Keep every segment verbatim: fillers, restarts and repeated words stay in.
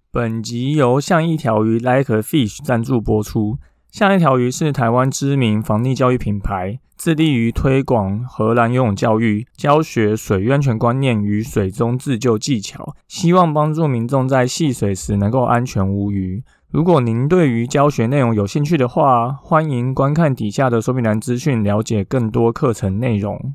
本集由像一条鱼 Like a Fish 赞助播出。像一条鱼是台湾知名防溺教育品牌，致力于推广荷兰游泳教育，教学水域安全观念与水中自救技巧，希望帮助民众在戏水时能够安全无虞。如果您对于教学内容有兴趣的话，欢迎观看底下的说明栏资讯，了解更多课程内容。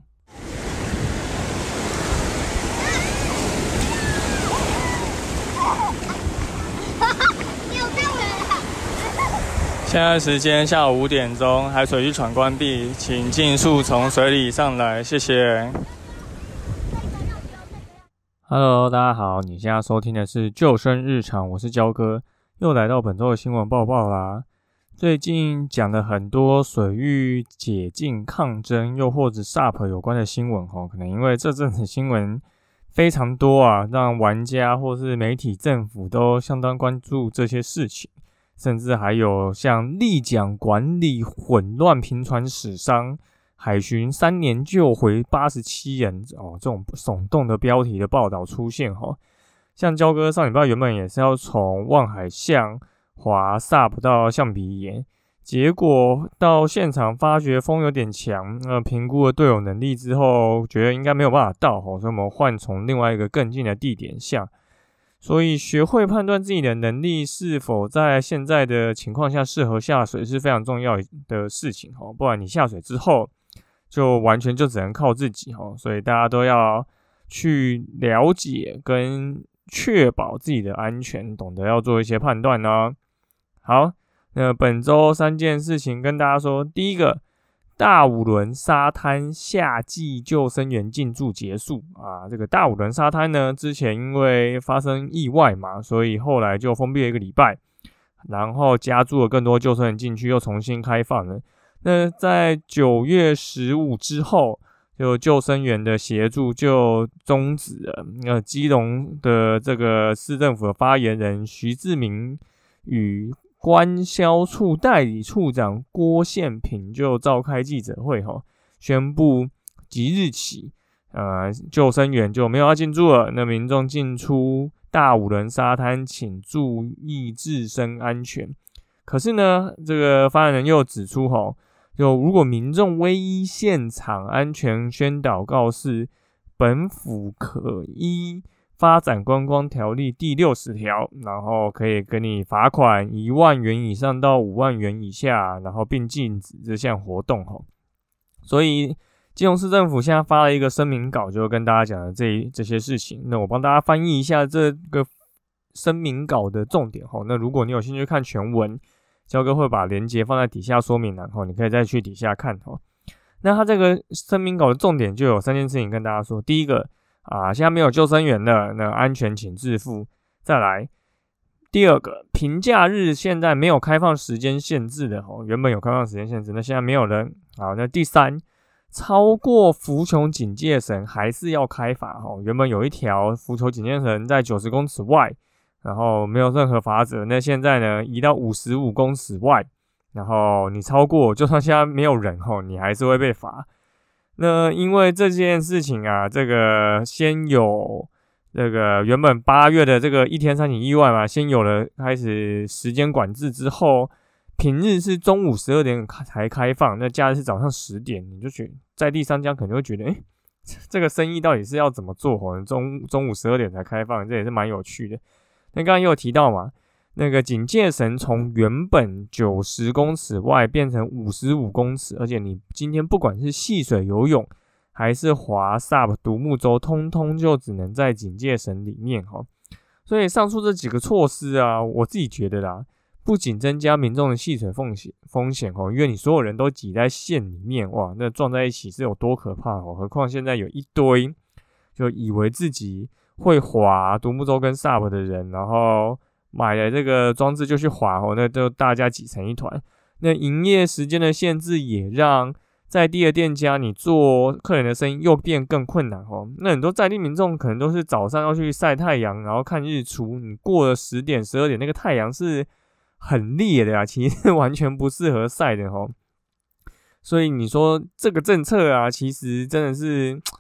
现在时间下午五点钟，海水浴场关闭，请尽速从水里上来，谢谢。Hello， 大家好，你现在收听的是救生日常，我是焦哥，又来到本周的新闻报报啦。最近讲了很多水域解禁抗争，又或者 S U P 有关的新闻齁，可能因为这阵子新闻非常多啊，让玩家或是媒体、政府都相当关注这些事情。甚至还有像立桨管理混乱频传死伤，海巡三年救回八十七人哦，这种耸动的标题的报道出现哦。像焦哥上礼拜原本也是要从望海巷滑 S U P 到象鼻岩，结果到现场发觉风有点强，那评估了队友能力之后，觉得应该没有办法到哦，所以我们换从另外一个更近的地点下。所以学会判断自己的能力是否在现在的情况下适合下水是非常重要的事情，不然你下水之后就完全就只能靠自己，所以大家都要去了解跟确保自己的安全，懂得要做一些判断呢。好，那本周三件事情跟大家说，第一个，大武仑沙滩夏季救生员进驻结束啊！这个大武仑沙滩呢，之前因为发生意外嘛，所以后来就封闭了一个礼拜，然后加注了更多救生员进去，又重新开放了。那在九月十五之后，就救生员的协助就终止了。那基隆的这个市政府的发言人徐志明与官销处代理处长郭宪平就召开记者会，宣布即日起，呃，救生员就没有要进驻了。那民众进出大武仑沙滩，请注意自身安全。可是呢，这个发言人又指出，就如果民众唯依现场安全宣导告示，本府可依发展观光条例第六十条，然后可以给你罚款一万元以上到五万元以下，然后并禁止这项活动。所以基隆市政府现在发了一个声明稿，就跟大家讲的这这些事情。那我帮大家翻译一下这个声明稿的重点。那如果你有兴趣看全文，焦哥会把连结放在底下说明栏，你可以再去底下看。那他这个声明稿的重点就有三件事情跟大家说。第一个，啊，现在没有救生员了，那安全请自负。再来，第二个，评假日现在没有开放时间限制的，哦，原本有开放时间限制，那现在没有人。好，那第三，超过浮球警戒绳还是要开罚，哦，原本有一条浮球警戒绳在九十公尺外，然后没有任何罚则，那现在呢移到五十五公尺外，然后你超过，就算现在没有人，哦，你还是会被罚。那因为这件事情啊，这个先有这个原本八月的这个一天三起意外嘛，先有了开始时间管制之后，平日是中午十二点才开放，那假日是早上十点，你就觉得在地商家可能会觉得，哎，这个生意到底是要怎么做？中中午十二点才开放，这也是蛮有趣的。那刚刚也有提到嘛，那个警戒绳从原本九十公尺外变成五十五公尺，而且你今天不管是戏水游泳还是滑 S U P 独木舟，通通就只能在警戒绳里面。所以上述这几个措施啊，我自己觉得啦，不仅增加民众的戏水风险风险因为你所有人都挤在线里面，哇，那撞在一起是有多可怕何况现在有一堆就以为自己会滑独木舟跟 S U P 的人，然后买了这个装置就去滑，那就大家挤成一团。那营业时间的限制也让在地的店家你做客人的生意又变更困难。那很多在地民众可能都是早上要去晒太阳，然后看日出，你过了十点十二点那个太阳是很烈的啊，其实完全不适合晒的。所以你说这个政策啊，其实真的是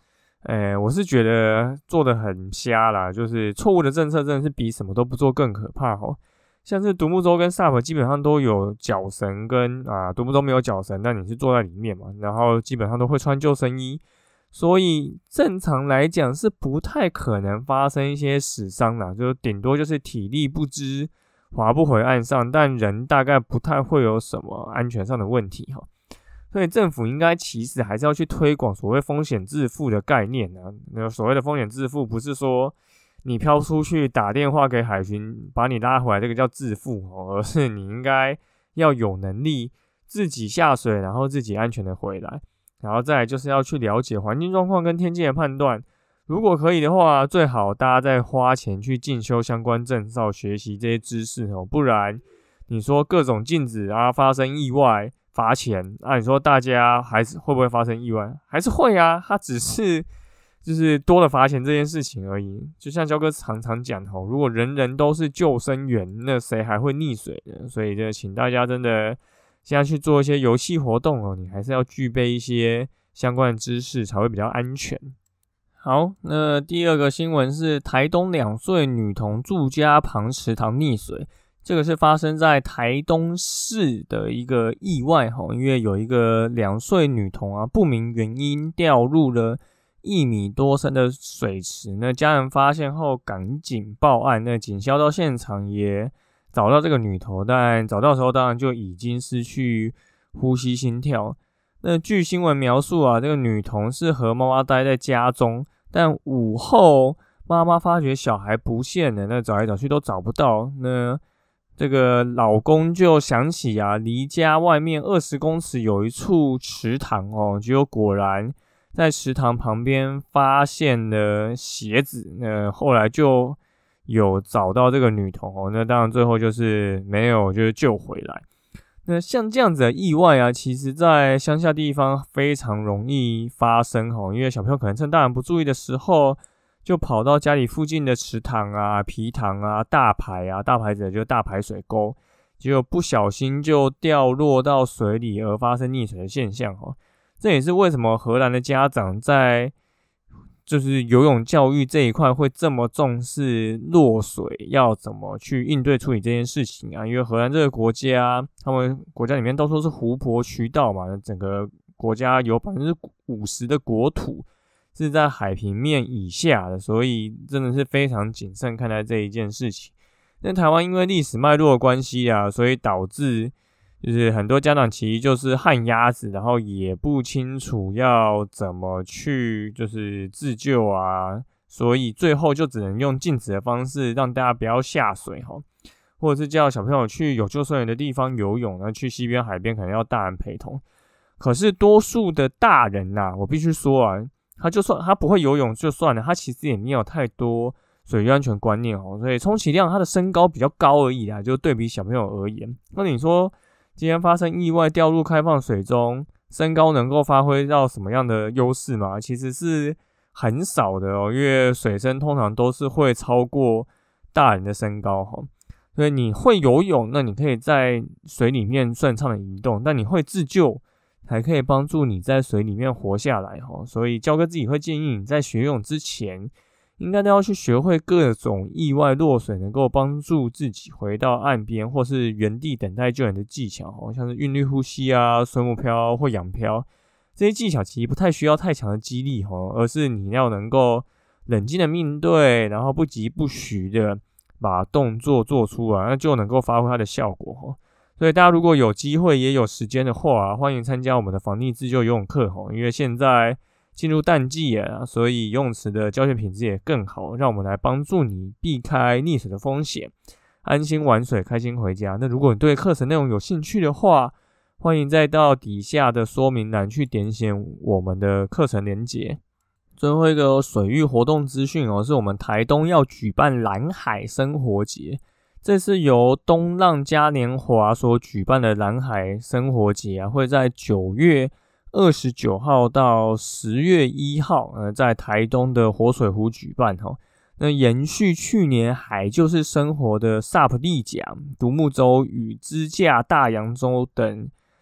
诶，我是觉得做得很瞎啦，就是错误的政策真的是比什么都不做更可怕齁。像是独木舟跟 S U P 基本上都有脚绳跟啊，独木舟没有脚绳，但你是坐在里面嘛，然后基本上都会穿救生衣，所以正常来讲是不太可能发生一些死伤啦，就顶多就是体力不支划不回岸上，但人大概不太会有什么安全上的问题齁。所以政府应该其实还是要去推广所谓风险自负的概念啊。那所谓的风险自负不是说你飘出去打电话给海巡把你拉回来，这个叫自负哦，而是你应该要有能力自己下水，然后自己安全的回来。然后再来就是要去了解环境状况跟天气的判断，如果可以的话，最好大家再花钱去进修相关证照，学习这些知识哦，不然你说各种禁止啊，发生意外罚钱啊，你说大家还是会不会发生意外？还是会啊，它只是就是多了罚钱这件事情而已。就像焦哥常常讲吼，如果人人都是救生员，那谁还会溺水呢？所以就请大家真的现在去做一些游戏活动哦，你还是要具备一些相关的知识才会比较安全。好，那第二个新闻是台东两岁女童住家旁池塘溺水。这个是发生在台东市的一个意外齁，因为有一个两岁女童啊，不明原因掉入了一米多深的水池，那家人发现后赶紧报案，那警消到现场也找到这个女童，但找到的时候当然就已经失去呼吸心跳。那据新闻描述啊，这个女童是和妈妈待在家中，但午后妈妈发觉小孩不见了，那找来找去都找不到，那这个老公就想起啊，离家外面二十公尺有一处池塘哦，结果果然在池塘旁边发现了鞋子，那后来就有找到这个女童哦，那当然最后就是没有就是救回来。那像这样子的意外啊，其实在乡下地方非常容易发生哦，因为小朋友可能趁大人不注意的时候，就跑到家里附近的池塘啊、陂塘啊、大排啊，大排子就是大排水沟，结果不小心就掉落到水里而发生溺水的现象哦。这也是为什么荷兰的家长在就是游泳教育这一块会这么重视落水要怎么去应对处理这件事情啊，因为荷兰这个国家，他们国家里面到处是湖泊渠道嘛，整个国家有 百分之五十 的国土是在海平面以下的，所以真的是非常谨慎看待这一件事情。那台湾因为历史脉络的关系啊，所以导致就是很多家长其实就是旱鸭子，然后也不清楚要怎么去就是自救啊，所以最后就只能用禁止的方式让大家不要下水齁，或者是叫小朋友去有救生员的地方游泳，那去溪边海边可能要大人陪同。可是多数的大人啊，我必须说啊，他就算他不会游泳就算了，他其实也没有太多水域安全观念哦，所以充其量他的身高比较高而已啦，就对比小朋友而言。那你说今天发生意外掉入开放水中，身高能够发挥到什么样的优势吗？其实是很少的哦，因为水深通常都是会超过大人的身高齁。所以你会游泳，那你可以在水里面顺畅的移动，但你会自救才可以帮助你在水里面活下来齁。所以焦哥自己会建议你在学游泳之前，应该都要去学会各种意外落水能够帮助自己回到岸边或是原地等待救援的技巧，像是韵律呼吸啊、水母漂或仰漂，这些技巧其实不太需要太强的肌力，而是你要能够冷静的面对，然后不疾不徐的把动作做出来，那就能够发挥它的效果。所以大家如果有机会也有时间的话，欢迎参加我们的防溺自救游泳课，因为现在进入淡季了，所以游泳池的教学品质也更好，让我们来帮助你避开溺水的风险，安心玩水，开心回家。那如果你对课程内容有兴趣的话，欢迎再到底下的说明栏去点选我们的课程连结。最后一个水域活动资讯哦，是我们台东要举办蓝海生活节，这是由东浪嘉年华所举办的蓝海生活节啊，会在九月二十九号到十月一号，呃，在台东的活水湖举办齁。那延续去年海就是生活的 S U P 立桨、独木舟与支架大洋舟等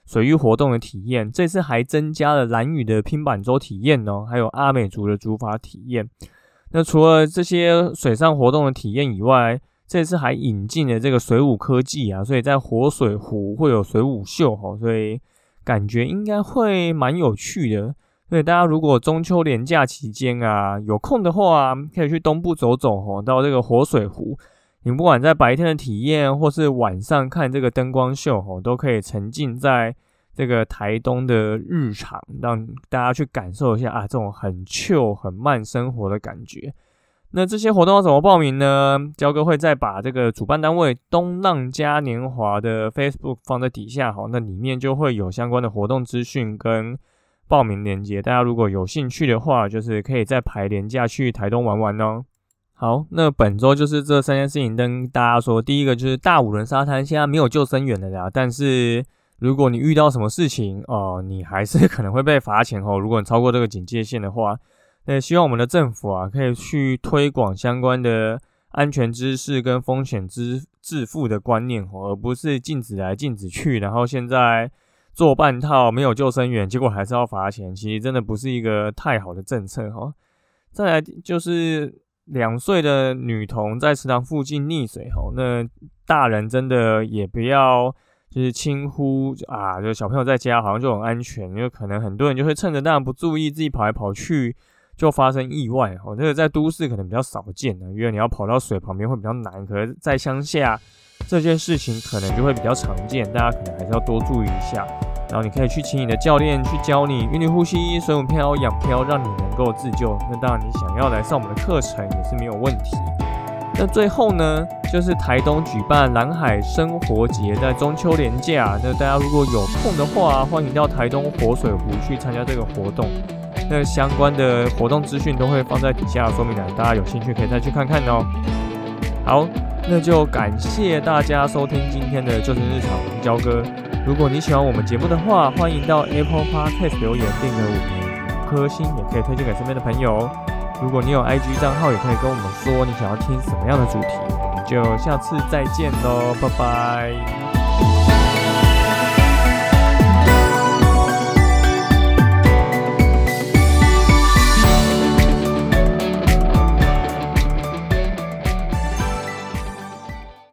水域活动的体验，这次还增加了兰屿的拼板舟体验哦，还有阿美族的竹筏体验。那除了这些水上活动的体验以外，这次还引进了这个水舞科技啊，所以在活水湖会有水舞秀哦，所以感觉应该会蛮有趣的。所以大家如果中秋连假期间啊有空的话啊，可以去东部走走哦，到这个活水湖。你不管在白天的体验，或是晚上看这个灯光秀哦，都可以沉浸在这个台东的日常，让大家去感受一下啊这种很 chill 很慢生活的感觉。那这些活动要怎么报名呢？焦哥会再把这个主办单位东浪嘉年华的 Facebook 放在底下，那里面就会有相关的活动资讯跟报名连结。大家如果有兴趣的话，就是可以再排连假去台东玩玩哦。好，那本周就是这三件事情跟大家说。第一个就是大武仑沙滩现在没有救生员了啦，但是如果你遇到什么事情哦、呃，你还是可能会被罚钱哦。如果你超过这个警戒线的话，那希望我们的政府啊，可以去推广相关的安全知识跟风险支自负的观念哦，而不是禁止来禁止去，然后现在做半套没有救生员，结果还是要罚钱，其实真的不是一个太好的政策哦。再来就是两岁的女童在池塘附近溺水吼，那大人真的也不要就是轻忽啊，就小朋友在家好像就很安全，因为可能很多人就会趁着大人不注意，自己跑来跑去就发生意外吼。这个在都市可能比较少见的，因为你要跑到水旁边会比较难，可是在乡下这件事情可能就会比较常见，大家可能还是要多注意一下。然后你可以去请你的教练去教你韵律呼吸、水母漂、仰漂，让你能够自救。那当然，你想要来上我们的课程也是没有问题。那最后呢，就是台东举办蓝海生活节，在中秋连假，那大家如果有空的话，欢迎到台东活水湖去参加这个活动。那相关的活动资讯都会放在底下的说明栏，大家有兴趣可以再去看看哦。好，那就感谢大家收听今天的救生日常，我是焦哥。如果你喜欢我们节目的话，欢迎到 Apple Podcast 留言订阅我们五颗星，也可以推荐给身边的朋友。如果你有 I G 账号，也可以跟我们说你想要听什么样的主题。我们就下次再见咯，拜拜。